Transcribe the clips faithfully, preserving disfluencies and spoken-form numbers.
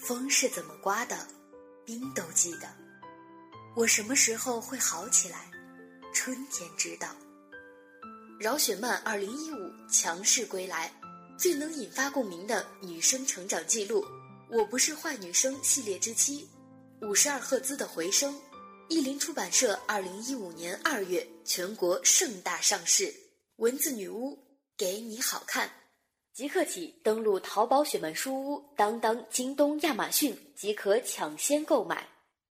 风是怎么刮的，冰都记得。我什么时候会好起来，春天知道。饶雪漫二零一五强势归来，最能引发共鸣的女生成长记录，我不是坏女生系列之七，五十二赫兹的回声。译林出版社二零一五年二月全国盛大上市，文字女巫给你好看。即刻起登录淘宝雪漫书屋、当当、京东、亚马逊即可抢先购买。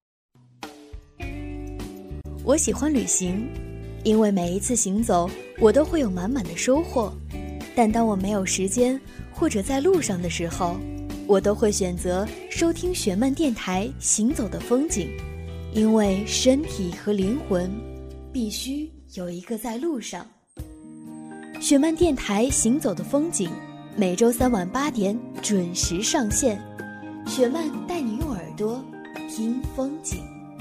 我喜欢旅行，因为每一次行走我都会有满满的收获，但当我没有时间或者在路上的时候，我都会选择收听雪漫电台行走的风景，因为身体和灵魂必须有一个在路上。雪漫电台行走的风景每周三晚八点准时上线，雪漫带你用耳朵听风景。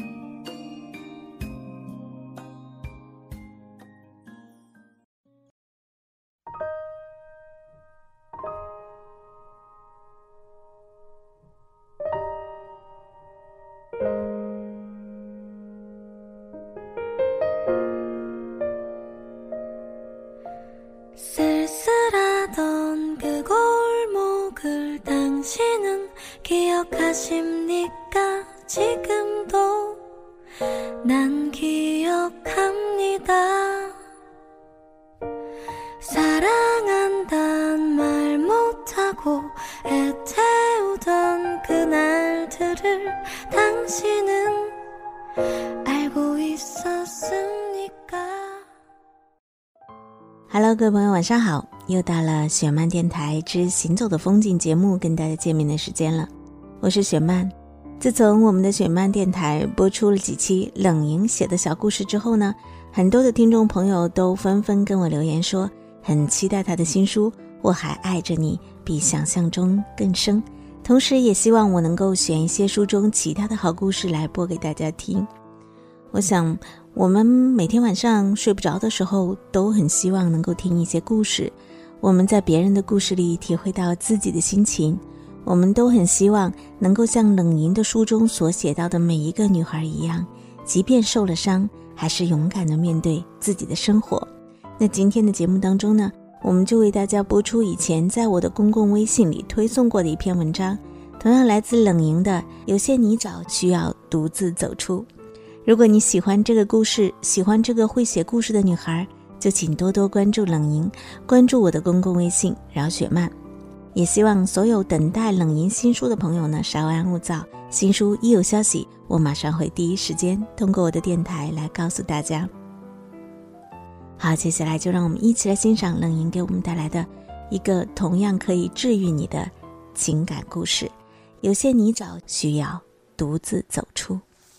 Hello， 各位朋友，晚上好！又到了雪漫电台之行走的风景节目跟大家见面的时间了，我是雪漫。自从我们的雪漫电台播出了几期冷莹写的小故事之后呢，很多的听众朋友都纷纷跟我留言说，很期待他的新书《我还爱着你比想象中更深》，同时也希望我能够选一些书中其他的好故事来播给大家听。我想我们每天晚上睡不着的时候都很希望能够听一些故事，我们在别人的故事里体会到自己的心情，我们都很希望能够像冷莹的书中所写到的每一个女孩一样，即便受了伤还是勇敢地面对自己的生活。那今天的节目当中呢，我们就为大家播出以前在我的公共微信里推送过的一篇文章，同样来自冷莹的有些泥沼需要独自走出。如果你喜欢这个故事，喜欢这个会写故事的女孩，就请多多关注冷莹，关注我的公共微信饶雪漫。也希望所有等待冷莹新书的朋友呢，稍安勿躁，新书一有消息，我马上会第一时间通过我的电台来告诉大家。好，接下来就让我们一起来欣赏冷莹给我们带来的一个同样可以治愈你的情感故事。有些泥沼需要独自走出。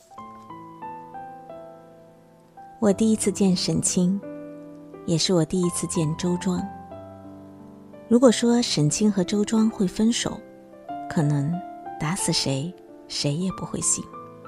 我第一次见沈清，也是我第一次见周庄。如果说沈清和周庄会分手，可能打死谁谁也不会信。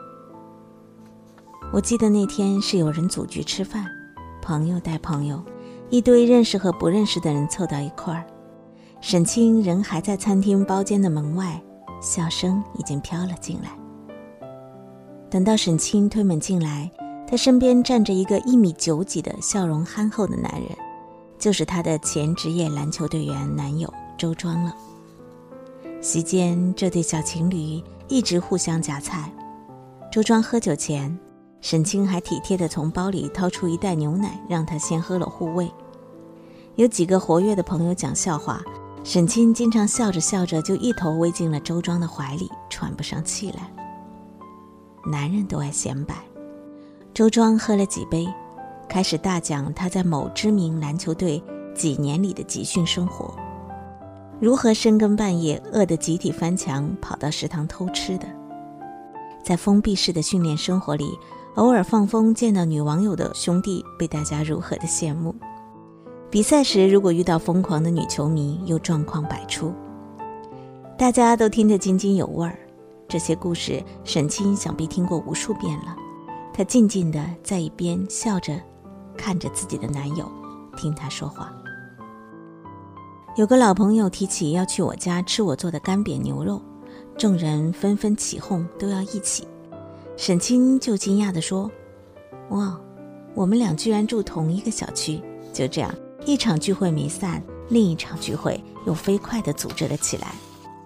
我记得那天是有人组局吃饭，朋友带朋友，一堆认识和不认识的人凑到一块儿。沈清人还在餐厅包间的门外，笑声已经飘了进来。等到沈清推门进来，他身边站着一个一米九几的笑容憨厚的男人，就是他的前职业篮球队员男友周庄了。席间，这对小情侣一直互相夹菜。周庄喝酒前，沈清还体贴地从包里掏出一袋牛奶，让他先喝了护胃。有几个活跃的朋友讲笑话，沈清经常笑着笑着就一头偎进了周庄的怀里，喘不上气来。男人都爱显摆。周庄喝了几杯，开始大讲他在某知名篮球队几年里的集训生活，如何深更半夜饿得集体翻墙跑到食堂偷吃的，在封闭式的训练生活里，偶尔放风见到女网友的兄弟被大家如何的羡慕，比赛时如果遇到疯狂的女球迷又状况百出，大家都听得津津有味儿。这些故事沈清想必听过无数遍了，他静静地在一边笑着看着自己的男友，听他说话。有个老朋友提起要去我家吃我做的干煸牛肉， 众人纷纷起哄，都要一起。沈清就惊讶地说，哇，我们俩居然住同一个小区。就这样，一场聚会没散，另一场聚会又飞快地组织了起来。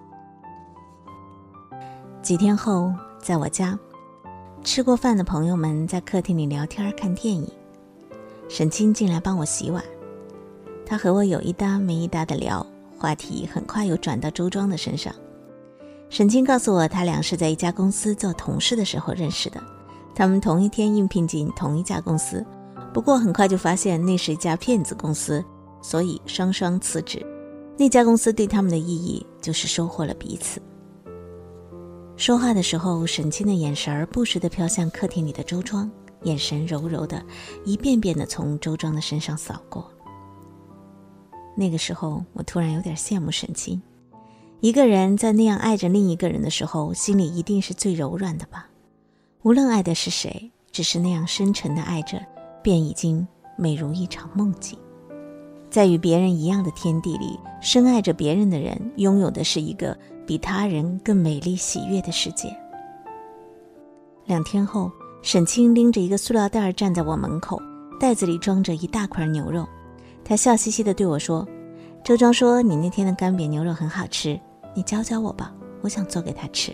几天后，在我家，吃过饭的朋友们在客厅里聊天看电影，沈清进来帮我洗碗。他和我有一搭没一搭的聊，话题很快又转到周庄的身上。沈清告诉我，他俩是在一家公司做同事的时候认识的，他们同一天应聘进同一家公司，不过很快就发现那是一家骗子公司，所以双双辞职。那家公司对他们的意义就是收获了彼此。说话的时候，沈清的眼神不时地飘向客厅里的周庄，眼神柔柔的，一遍遍地从周庄的身上扫过。那个时候，我突然有点羡慕沈清。一个人在那样爱着另一个人的时候，心里一定是最柔软的吧？无论爱的是谁，只是那样深沉的爱着，便已经美如一场梦境。在与别人一样的天地里，深爱着别人的人，拥有的是一个比他人更美丽喜悦的世界。两天后，沈清拎着一个塑料袋站在我门口，袋子里装着一大块牛肉。他笑嘻嘻地对我说，周庄说你那天的干煸牛肉很好吃，你教教我吧，我想做给他吃。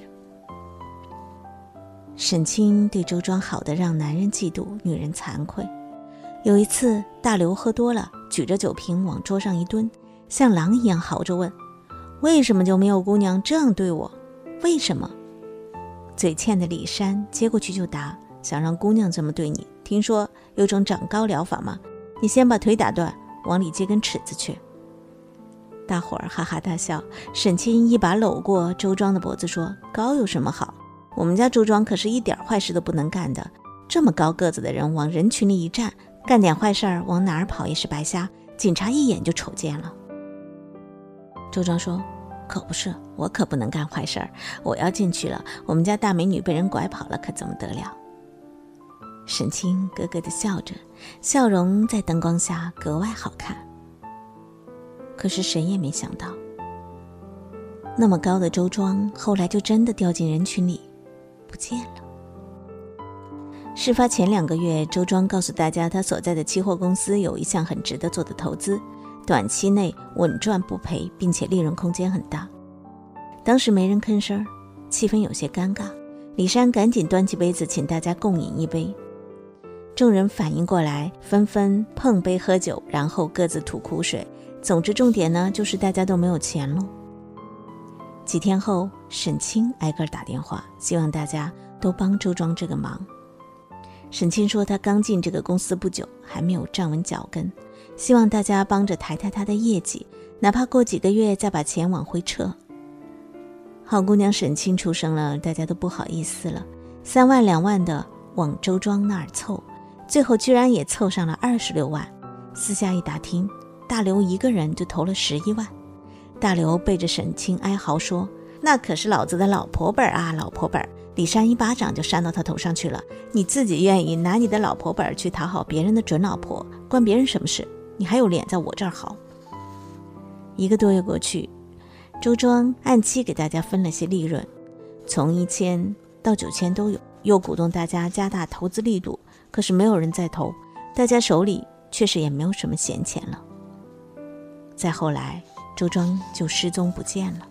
沈清对周庄好得让男人嫉妒，女人惭愧。有一次，大刘喝多了，举着酒瓶往桌上一蹲，像狼一样嚎着问，为什么就没有姑娘这样对我？为什么？嘴欠的李珊接过去就答，想让姑娘这么对你，听说有种长高疗法吗？你先把腿打断，往里接根尺子去。大伙儿哈哈大笑，沈清一把搂过周庄的脖子说，高有什么好？我们家周庄可是一点坏事都不能干的，这么高个子的人往人群里一站，干点坏事儿往哪儿跑也是白瞎，警察一眼就瞅见了。周庄说，可不是，我可不能干坏事儿，我要进去了，我们家大美女被人拐跑了，可怎么得了？沈清咯咯地笑着，笑容在灯光下格外好看。可是谁也没想到，那么高的周庄后来就真的掉进人群里不见了。事发前两个月，周庄告诉大家，他所在的期货公司有一项很值得做的投资，短期内稳赚不赔，并且利润空间很大。当时没人吭声，气氛有些尴尬。李珊赶紧端起杯子请大家共饮一杯。众人反应过来，纷纷碰杯喝酒，然后各自吐苦水。总之重点呢，就是大家都没有钱了。几天后，沈清挨个打电话，希望大家都帮周庄这个忙。沈清说他刚进这个公司不久，还没有站稳脚跟，希望大家帮着抬抬他的业绩，哪怕过几个月再把钱往回撤。好姑娘沈清出生了，大家都不好意思了，三万两万的往周庄那儿凑，最后居然也凑上了二十六万。私下一打听，大刘一个人就投了十一万。大刘背着沈清哀嚎说，那可是老子的老婆本啊，老婆本！李珊一巴掌就扇到他头上去了，你自己愿意拿你的老婆本去讨好别人的准老婆，关别人什么事？你还有脸在我这儿嚎？一个多月过去，周庄按期给大家分了些利润，从一千到九千都有，又鼓动大家加大投资力度，可是没有人再投，大家手里确实也没有什么闲钱了。再后来，周庄就失踪不见了。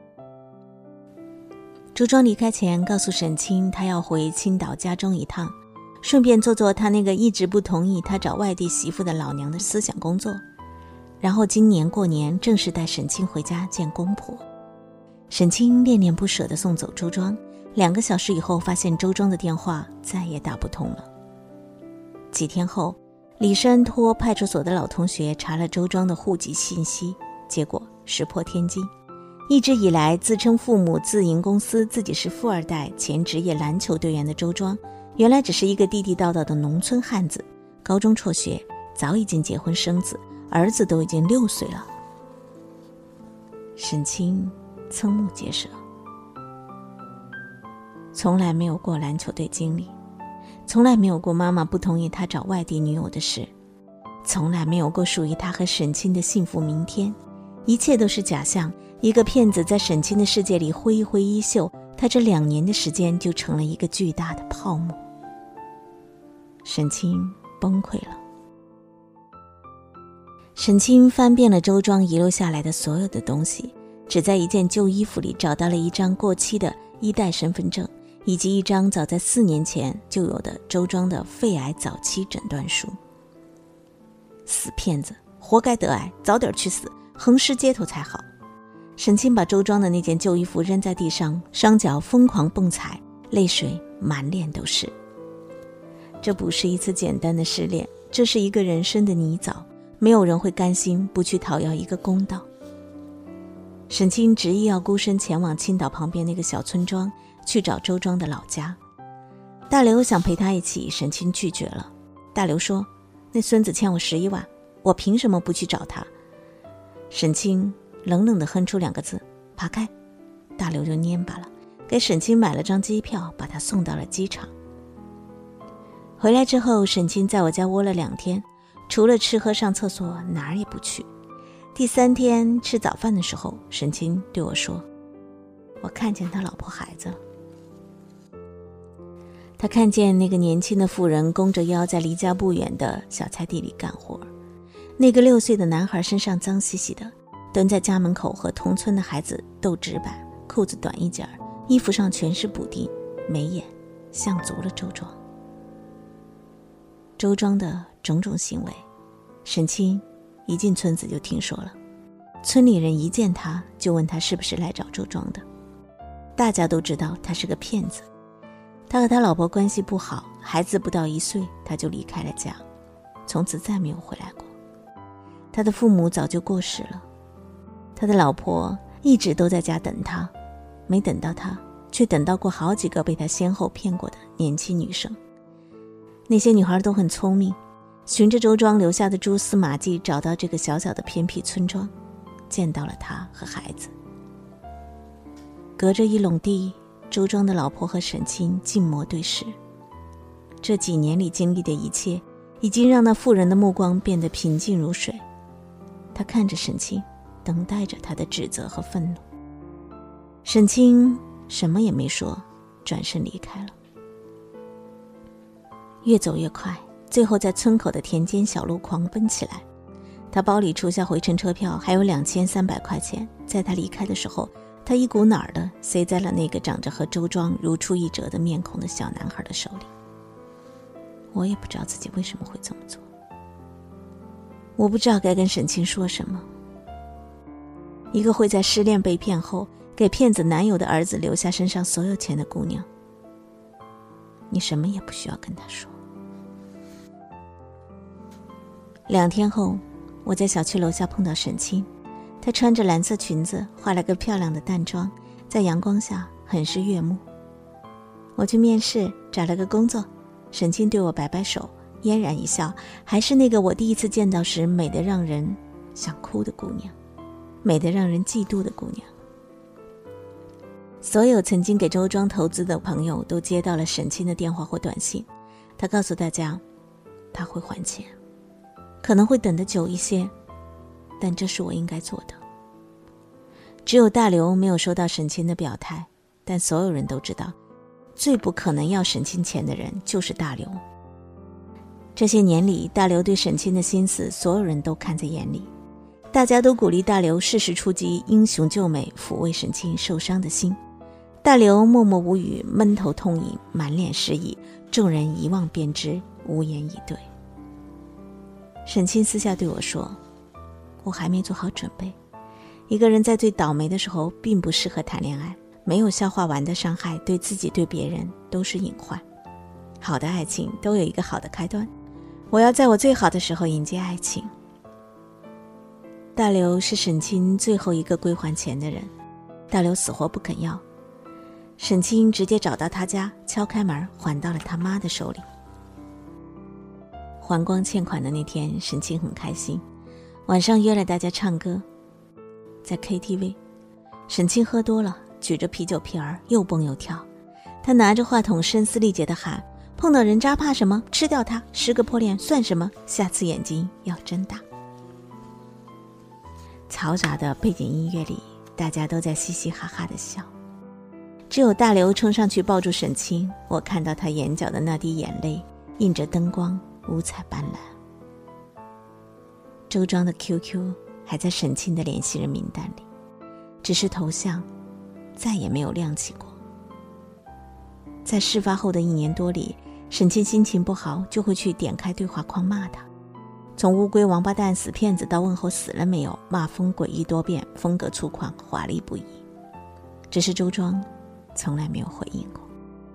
周庄离开前告诉沈清，他要回青岛家中一趟，顺便做做他那个一直不同意他找外地媳妇的老娘的思想工作，然后今年过年正式带沈清回家见公婆。沈清恋恋不舍地送走周庄，两个小时以后发现周庄的电话再也打不通了。几天后，李珊托派出所的老同学查了周庄的户籍信息，结果石破天惊。一直以来自称父母自营公司，自己是富二代前职业篮球队员的周庄，原来只是一个地地道道的农村汉子，高中辍学，早已经结婚生子，儿子都已经六岁了。沈清瞠目结舌，从来没有过篮球队经历，从来没有过妈妈不同意他找外地女友的事，从来没有过属于他和沈清的幸福明天，一切都是假象， 一个骗子在沈清的世界里挥一挥衣袖，他这两年的时间就成了一个巨大的泡沫。沈清崩溃了。沈清翻遍了周庄遗留下来的所有的东西，只在一件旧衣服里找到了一张过期的一代身份证，以及一张早在四年前就有的周庄的肺癌早期诊断书。死骗子，活该得癌，早点去死，横尸街头才好。沈清把周庄的那件旧衣服扔在地上，双脚疯狂蹦踩，泪水满脸都是。这不是一次简单的失恋，这是一个人生的泥沼，没有人会甘心不去讨要一个公道。沈清执意要孤身前往青岛旁边那个小村庄，去找周庄的老家。大刘想陪他一起，沈清拒绝了。大刘说，那孙子欠我十一万，我凭什么不去找他？沈清冷冷地哼出两个字，爬开。大刘就蔫巴了，给沈清买了张机票，把他送到了机场。回来之后，沈清在我家窝了两天，除了吃喝上厕所，哪儿也不去。第三天吃早饭的时候，沈清对我说，我看见他老婆孩子了。他看见那个年轻的妇人弓着腰在离家不远的小菜地里干活，那个六岁的男孩身上脏兮兮的，蹲在家门口和同村的孩子斗纸板，裤子短一截，衣服上全是补丁，眉眼像足了周庄。周庄的种种行为，沈清一进村子就听说了。村里人一见他就问他是不是来找周庄的，大家都知道他是个骗子。他和他老婆关系不好，孩子不到一岁他就离开了家，从此再没有回来过。他的父母早就过世了，他的老婆一直都在家等他，没等到他，却等到过好几个被他先后骗过的年轻女生。那些女孩都很聪明，循着周庄留下的蛛丝马迹找到这个小小的偏僻村庄，见到了他和孩子。隔着一垄地，周庄的老婆和沈清静默对视。这几年里经历的一切已经让那妇人的目光变得平静如水，她看着沈清，等待着他的指责和愤怒。沈清什么也没说，转身离开了。越走越快，最后在村口的田间小路狂奔起来。他包里除下回程车票还有两千三百块钱，在他离开的时候，他一股脑儿的塞在了那个长着和周庄如出一辙的面孔的小男孩的手里。我也不知道自己为什么会这么做，我不知道该跟沈清说什么。一个会在失恋被骗后给骗子男友的儿子留下身上所有钱的姑娘，你什么也不需要跟他说。两天后，我在小区楼下碰到沈清，她穿着蓝色裙子，化了个漂亮的淡妆，在阳光下很是悦目。我去面试，找了个工作，沈清对我摆摆手，嫣然一笑，还是那个我第一次见到时美得让人想哭的姑娘，美得让人嫉妒的姑娘。所有曾经给周庄投资的朋友都接到了沈清的电话或短信，他告诉大家他会还钱，可能会等得久一些，但这是我应该做的。只有大刘没有收到沈清的表态，但所有人都知道，最不可能要沈清钱的人就是大刘。这些年里，大刘对沈清的心思，所有人都看在眼里，大家都鼓励大刘适时出击，英雄救美，抚慰沈清受伤的心。大刘默默无语，闷头痛饮，满脸失意，众人一望便知，无言以对。沈清私下对我说，我还没做好准备，一个人在最倒霉的时候并不适合谈恋爱，没有消化完的伤害，对自己对别人都是隐患。好的爱情都有一个好的开端，我要在我最好的时候迎接爱情。大刘是沈清最后一个归还钱的人，大刘死活不肯要，沈清直接找到他家，敲开门还到了他妈的手里。还光欠款的那天，沈清很开心，晚上约了大家唱歌。在 K T V， 沈清喝多了，举着啤酒瓶儿又蹦又跳，他拿着话筒声嘶力竭地喊，碰到人渣怕什么，吃掉他，十个破脸算什么，下次眼睛要睁大。嘈杂的背景音乐里， 大家都在嘻嘻哈哈地笑。只有大刘冲上去抱住沈清，我看到他眼角的那滴眼泪映着灯光，五彩斑斓。周庄的 Q Q 还在沈清的联系人名单里，只是头像再也没有亮起过。在事发后的一年多里，沈清心情不好就会去点开对话框骂他，从乌龟王八蛋死骗子到问候死了没有，骂风诡异多变，风格粗犷，华丽不已。只是周庄从来没有回应过。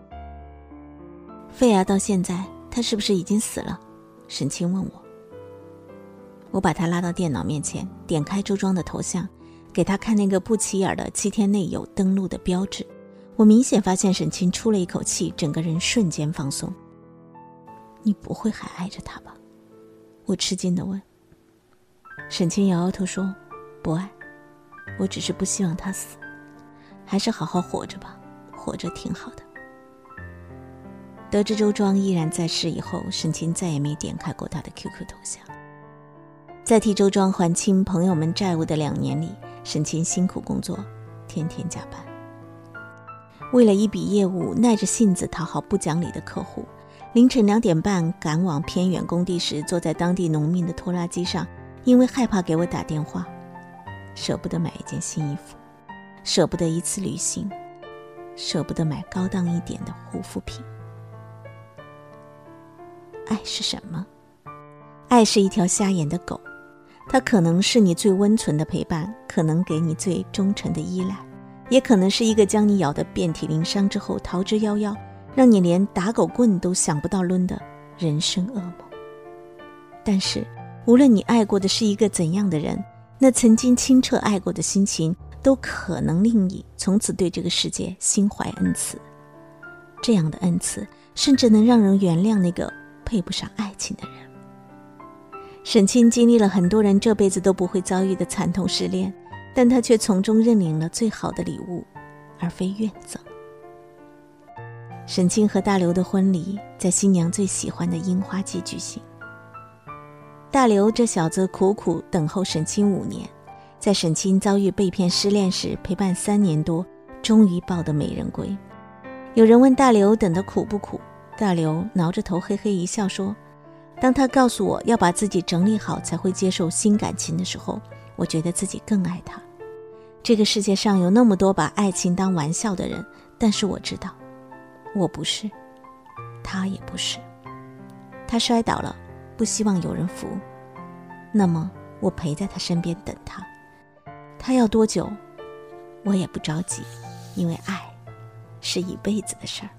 肺癌到现在他是不是已经死了？沈清问我。我把他拉到电脑面前，点开周庄的头像，给他看那个不起眼的七天内有登录的标志。我明显发现沈清出了一口气，整个人瞬间放松。你不会还爱着他吧？我吃惊地问。沈清摇摇头说，不爱，我只是不希望他死，还是好好活着吧，活着挺好的。得知周庄依然在世以后，沈清再也没点开过他的 Q Q 头像。在替周庄还清朋友们债务的两年里，沈清辛苦工作，天天加班。为了一笔业务，耐着性子讨好不讲理的客户，凌晨两点半赶往偏远工地时，坐在当地农民的拖拉机上，因为害怕给我打电话，舍不得买一件新衣服，舍不得一次旅行，舍不得买高档一点的护肤品。爱是什么？爱是一条瞎眼的狗，它可能是你最温存的陪伴，可能给你最忠诚的依赖，也可能是一个将你咬得遍体鳞伤之后逃之夭夭，让你连打狗棍都想不到抡的人生噩梦。但是无论你爱过的是一个怎样的人，那曾经清澈爱过的心情都可能令你从此对这个世界心怀恩慈。这样的恩慈甚至能让人原谅那个配不上爱情的人。沈清经历了很多人这辈子都不会遭遇的惨痛失恋，但他却从中认领了最好的礼物，而非怨憎。沈清和大刘的婚礼在新娘最喜欢的樱花季举行。大刘这小子苦苦等候沈清五年，在沈清遭遇被骗失恋时陪伴三年多，终于抱得美人归。有人问大刘等得苦不苦，大刘挠着头嘿嘿一笑说，当他告诉我要把自己整理好才会接受新感情的时候，我觉得自己更爱他。这个世界上有那么多把爱情当玩笑的人，但是我知道我不是，他也不是。他摔倒了，不希望有人扶，那么我陪在他身边等他。他要多久我也不着急，因为爱是一辈子的事儿。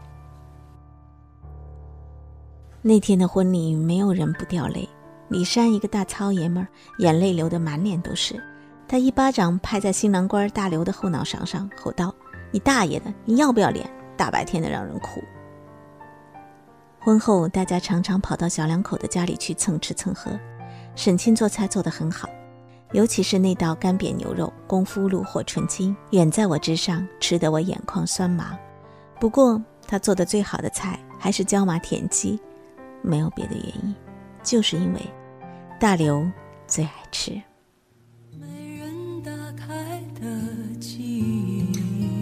那天的婚礼没有人不掉泪，李珊一个大糙爷们儿，眼泪流得满脸都是。他一巴掌拍在新郎官大刘的后脑勺上，吼道，你大爷的，你要不要脸，大白天的让人哭。婚后大家常常跑到小两口的家里去蹭吃蹭喝，沈清做菜做得很好，尤其是那道干煸牛肉，功夫炉火纯青，远在我之上，吃得我眼眶酸麻。不过他做的最好的菜还是椒麻田鸡，没有别的原因，就是因为大刘最爱吃。 没人打开的记忆，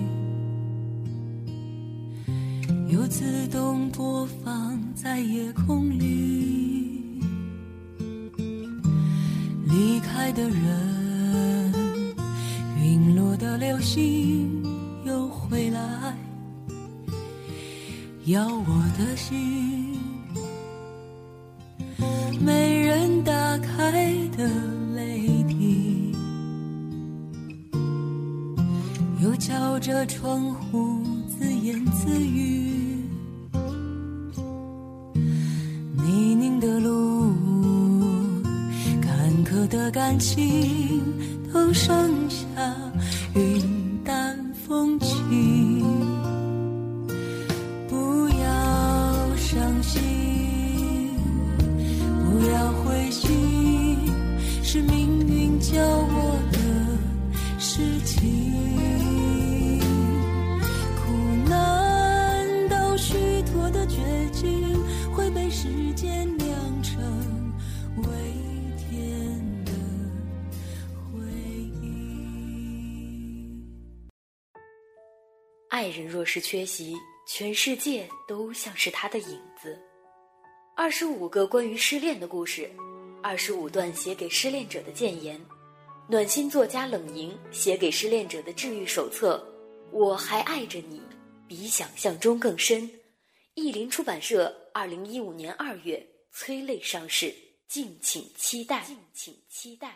又自动播放在夜空里。离开的人，陨落的流星又回来，要我的心。没人打开的泪滴，又敲着窗户自言自语。泥泞的路，坎坷的感情，都剩下云淡风轻。不要伤心，不要灰心，是命运教我的事情。苦难到虚脱的绝境，会被时间酿成微甜的回忆。 爱人若是缺席，全世界都像是他的影子。二十五个关于失恋的故事，二十五段写给失恋者的谏言，暖心作家冷莹写给失恋者的治愈手册《我还爱着你，比想象中更深》。译林出版社二零一五年二月催泪上市，敬请期待，敬请期待。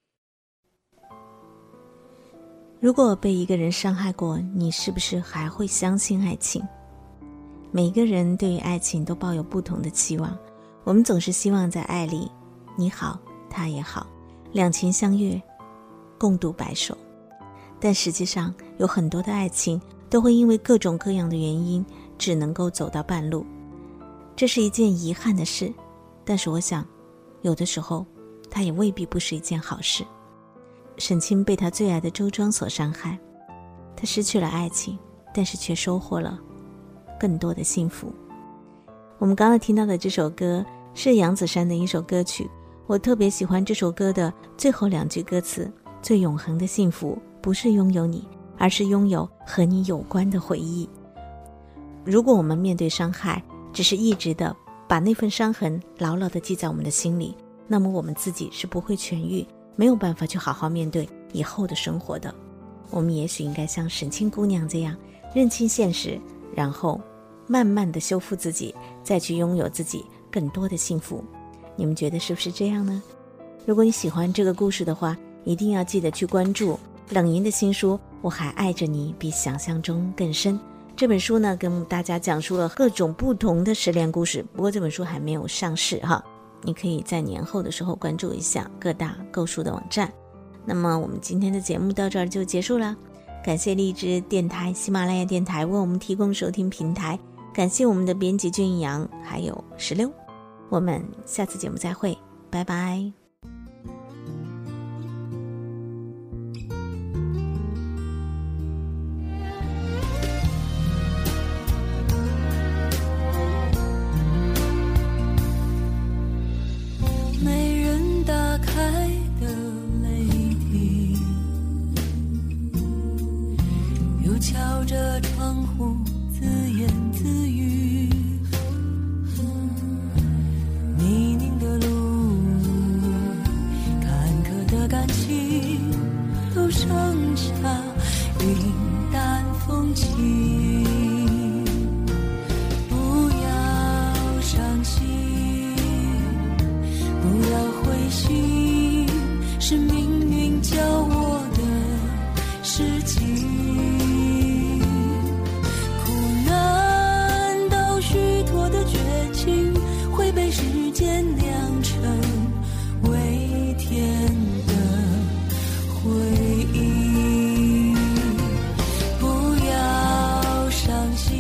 如果被一个人伤害过，你是不是还会相信爱情？每一个人对于爱情都抱有不同的期望，我们总是希望在爱里，你好，他也好，两情相悦，共度白首。但实际上，有很多的爱情都会因为各种各样的原因，只能够走到半路。这是一件遗憾的事，但是我想，有的时候，它也未必不是一件好事。沈清被他最爱的周庄所伤害，他失去了爱情，但是却收获了更多的幸福。我们刚刚听到的这首歌是杨子姗的一首歌曲，我特别喜欢这首歌的最后两句歌词，最永恒的幸福不是拥有你，而是拥有和你有关的回忆。如果我们面对伤害只是一直的把那份伤痕牢牢地记在我们的心里，那么我们自己是不会痊愈，没有办法去好好面对以后的生活的。我们也许应该像沈清姑娘这样认清现实，然后慢慢地修复自己，再去拥有自己更多的幸福。你们觉得是不是这样呢？如果你喜欢这个故事的话，一定要记得去关注冷莹的新书《我还爱着你，比想象中更深》。这本书呢，跟大家讲述了各种不同的失恋故事，不过这本书还没有上市哈，你可以在年后的时候关注一下各大购书的网站。那么我们今天的节目到这儿就结束了，感谢荔枝电台、喜马拉雅电台为我们提供收听平台，感谢我们的编辑俊阳还有石榴，我们下次节目再会，拜拜。 敲着窗户自言自语，泥泞的路，坎坷的感情，都剩下云淡风轻。不要伤心，不要灰心，是命运教我的事情。会被时间酿成微甜的回忆。不要伤心，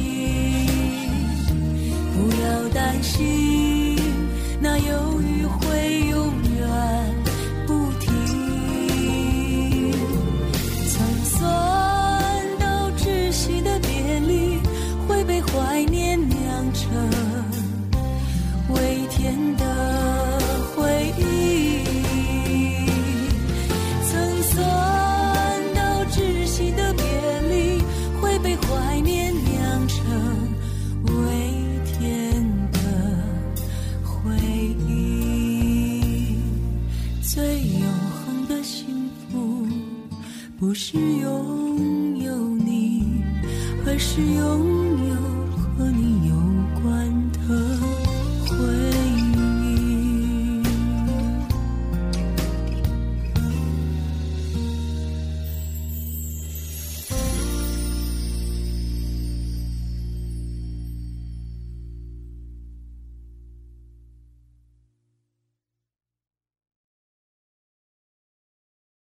不要担心，那忧郁会永远不停。曾算到窒息的别离，会被怀念酿成微甜的回忆。曾算到窒息的别离，会被怀念酿成微甜的回忆。最永恒的幸福，不是拥有你，而是拥有